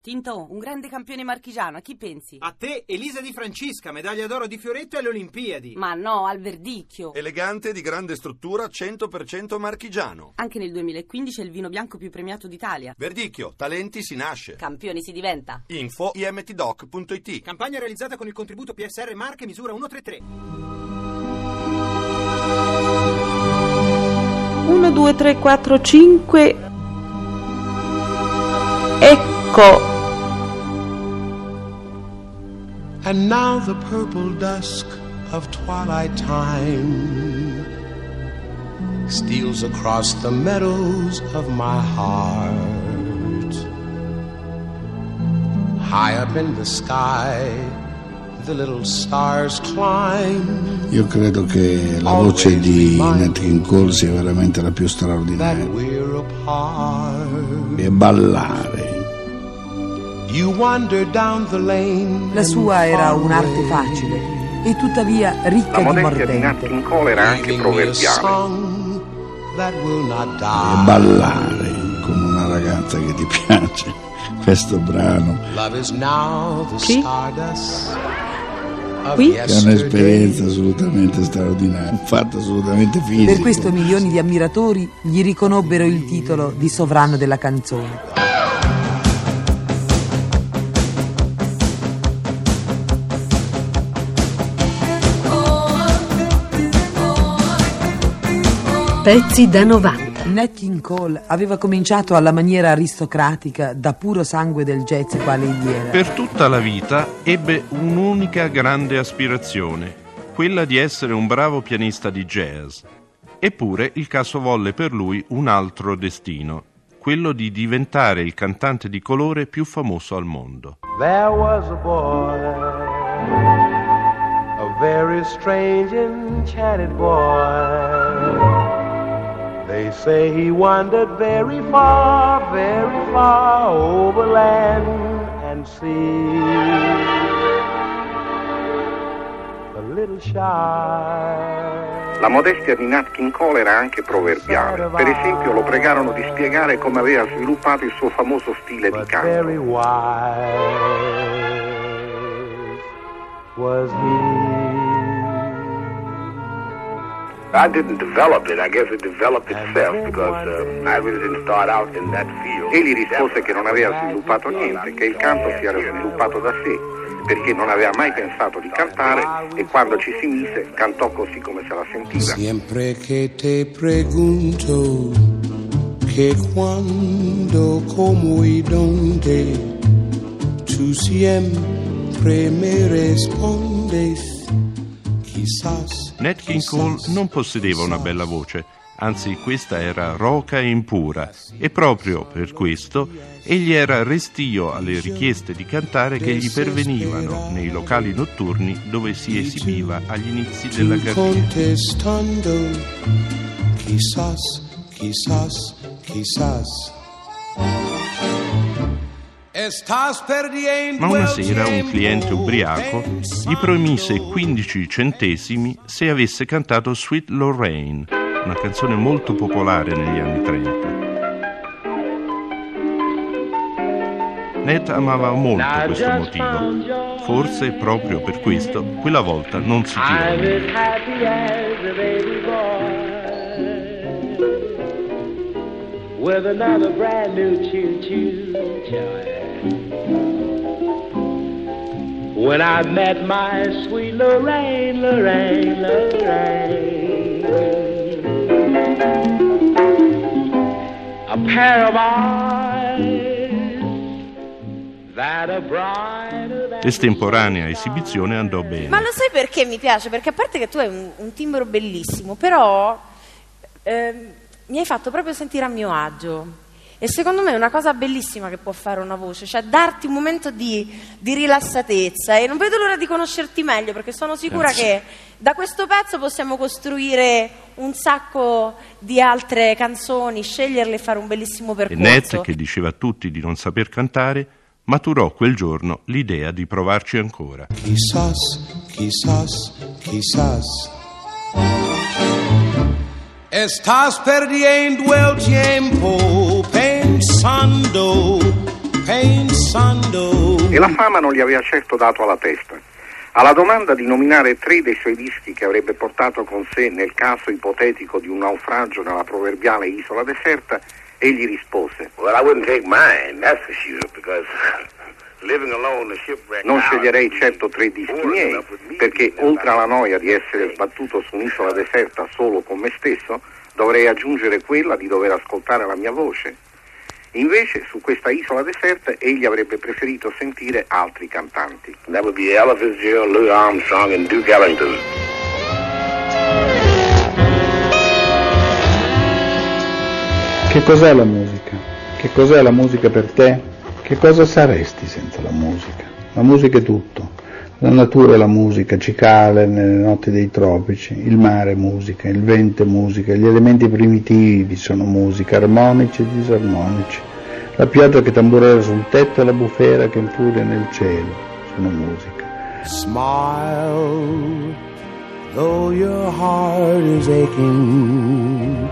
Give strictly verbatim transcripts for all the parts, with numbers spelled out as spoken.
Tinto, un grande campione marchigiano, a chi pensi? A te, Elisa Di Francisca, medaglia d'oro di Fioretto alle Olimpiadi. Ma no, al Verdicchio. Elegante, di grande struttura, cento per cento marchigiano. Anche nel duemilaquindici è il vino bianco più premiato d'Italia. Verdicchio, talenti si nasce. Campioni si diventa. Info i m t doc punto i t. Campagna realizzata con il contributo P S R Marche misura centotrentatré. uno, due, tre, quattro, cinque. Ecco. And now the purple dusk of twilight time steals across the meadows of my heart. High up in the sky, the little stars climb. Io credo che la voce di Nat King Cole sia veramente la più straordinaria. E ballare. La sua era un'arte facile e tuttavia ricca di mordente. La modestia di Nat King Cole era anche proverbiale. E ballare con una ragazza che ti piace questo brano. Sì? Qui? È un'esperienza assolutamente straordinaria, un fatto assolutamente fisico. Per questo milioni di ammiratori gli riconobbero il titolo di sovrano della canzone. Pezzi da novanta. Nat King Cole aveva cominciato alla maniera aristocratica, da puro sangue del jazz quale egli era. Per tutta la vita ebbe un'unica grande aspirazione, quella di essere un bravo pianista di jazz. Eppure il caso volle per lui un altro destino, quello di diventare il cantante di colore più famoso al mondo. There was a boy, a very strange enchanted boy. They say he wandered very far, very far over land and sea. A little shy. La modestia di Nat King Cole era anche proverbiale. Per esempio lo pregarono di spiegare come aveva sviluppato il suo famoso stile di canto. Very wise was he. I didn't develop it, I guess it developed itself because uh, I really didn't start out in that field. Egli rispose che non aveva sviluppato niente, che il canto si era sviluppato da sé, perché non aveva mai pensato di cantare e quando ci si mise cantò così come se la sentiva. Siempre che te pregunto che quando, como y donde, tu siempre me respondes. Nat King Cole non possedeva una bella voce, anzi questa era roca e impura, e proprio per questo egli era restio alle richieste di cantare che gli pervenivano nei locali notturni dove si esibiva agli inizi della carriera. Chissas, chissas, chissas. Ma una sera un cliente ubriaco gli promise quindici centesimi se avesse cantato Sweet Lorraine, una canzone molto popolare negli anni trenta. Nat amava molto questo motivo, forse proprio per questo quella volta non si tirò. With another brand new choo-choo joy. When I met my sweet Lorraine, Lorraine, Lorraine. A pair of eyes that are brighter than. Estemporanea esibizione andò bene. Ma lo sai perché mi piace? Perché a parte che tu hai un, un timbro bellissimo, però ehm, mi hai fatto proprio sentire a mio agio. E secondo me è una cosa bellissima che può fare una voce, cioè darti un momento di, di rilassatezza, e non vedo l'ora di conoscerti meglio, perché sono sicura Grazie. Che da questo pezzo possiamo costruire un sacco di altre canzoni, sceglierle e fare un bellissimo percorso. E Nat, che diceva a tutti di non saper cantare, maturò quel giorno l'idea di provarci ancora. Chissas, chissas, chissas. Estás perdiendo el tiempo pensando, E la fama non gli aveva certo dato alla testa. Alla domanda di nominare tre dei suoi dischi che avrebbe portato con sé nel caso ipotetico di un naufragio nella proverbiale isola deserta, egli rispose: Well, I wouldn't take mine, that's for sure, because living alone in a shipwreck. Non sceglierei certo tre dischi miei, perché oltre alla noia di essere sbattuto su un'isola deserta solo con me stesso, dovrei aggiungere quella di dover ascoltare la mia voce. Invece, su questa isola deserta, egli avrebbe preferito sentire altri cantanti. That would be Ella Fitzgerald, Louis Armstrong and Duke Ellington. Che cos'è la musica? Che cos'è la musica per te? Che cosa saresti senza la musica? La musica è tutto. La natura è la musica, cicale nelle notti dei tropici, il mare è musica, il vento è musica, gli elementi primitivi sono musica, armonici e disarmonici, la pioggia che tamburera sul tetto e la bufera che infuria nel cielo sono musica. Smile, though your heart is aching.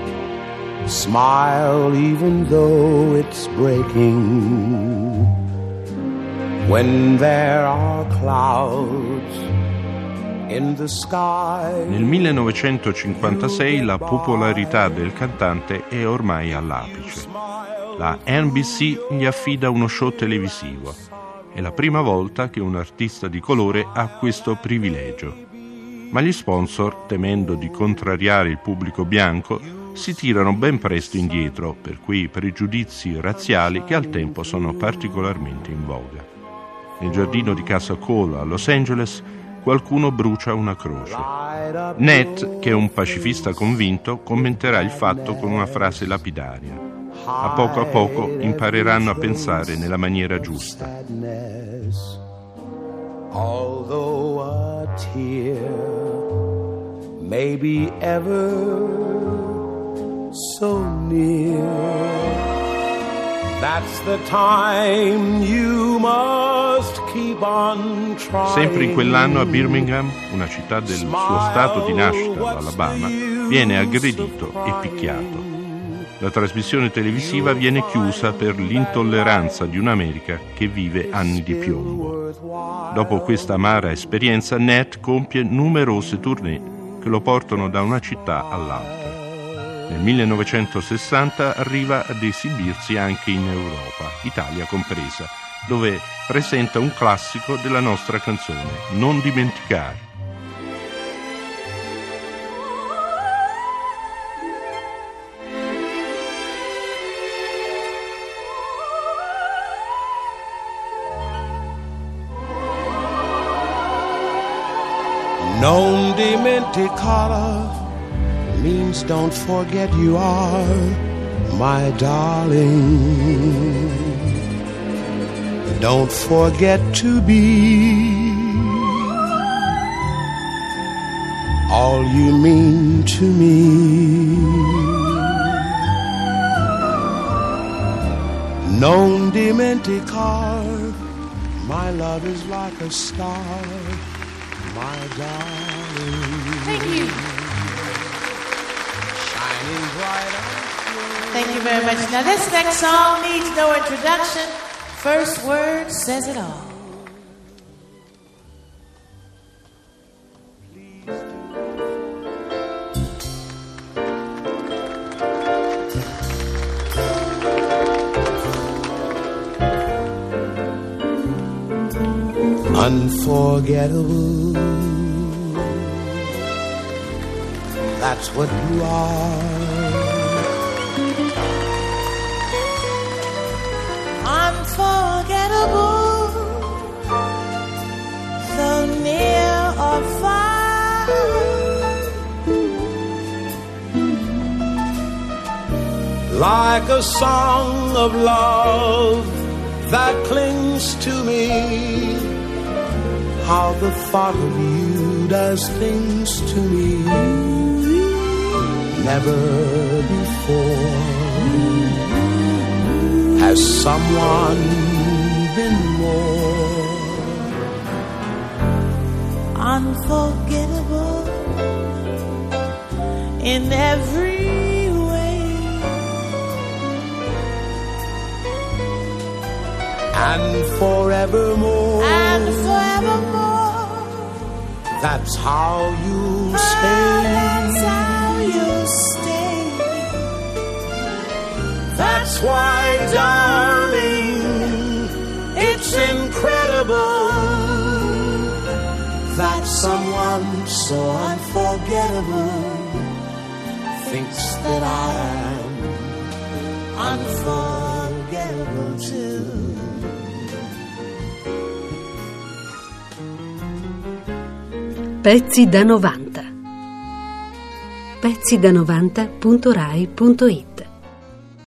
Smile even though it's breaking. When there are clouds in the sky. Nel millenovecentocinquantasei la popolarità del cantante è ormai all'apice. La N B C gli affida uno show televisivo. È la prima volta che un artista di colore ha questo privilegio. Ma gli sponsor, temendo di contrariare il pubblico bianco, si tirano ben presto indietro per quei pregiudizi razziali che al tempo sono particolarmente in voga. Nel giardino di casa Cole a Los Angeles qualcuno brucia una croce. Nat, che è un pacifista convinto, commenterà il fatto con una frase lapidaria. A poco a poco impareranno a pensare nella maniera giusta. Although a tear may be ever so near, that's the time you must keep on trying. Sempre in quell'anno a Birmingham, una città del suo stato di nascita, l'Alabama, viene aggredito e picchiato. La trasmissione televisiva viene chiusa per l'intolleranza di un'America che vive anni di piombo. Dopo questa amara esperienza, Nat compie numerose tournée che lo portano da una città all'altra. Nel millenovecentosessanta arriva ad esibirsi anche in Europa, Italia compresa, dove presenta un classico della nostra canzone, Non dimenticare. Non dimenticare means don't forget you are my darling. Don't forget to be all you mean to me. Non dimenticare, my love is like a star, my darling. Thank you. Shining bright. Thank you very much. Now this next song needs no introduction. First word says it all. Unforgettable, that's what you are. Unforgettable, so near or far. Like a song of love that clings to me. How the thought of you does things to me. Never before has someone been more unforgettable in every way. and forevermore. And forevermore. That's how you stay. That's how you stay. That's why, darling, it's incredible that someone so unforgettable thinks that I'm unforgettable too. Pezzi da novanta. pezzi da novanta punto rai punto it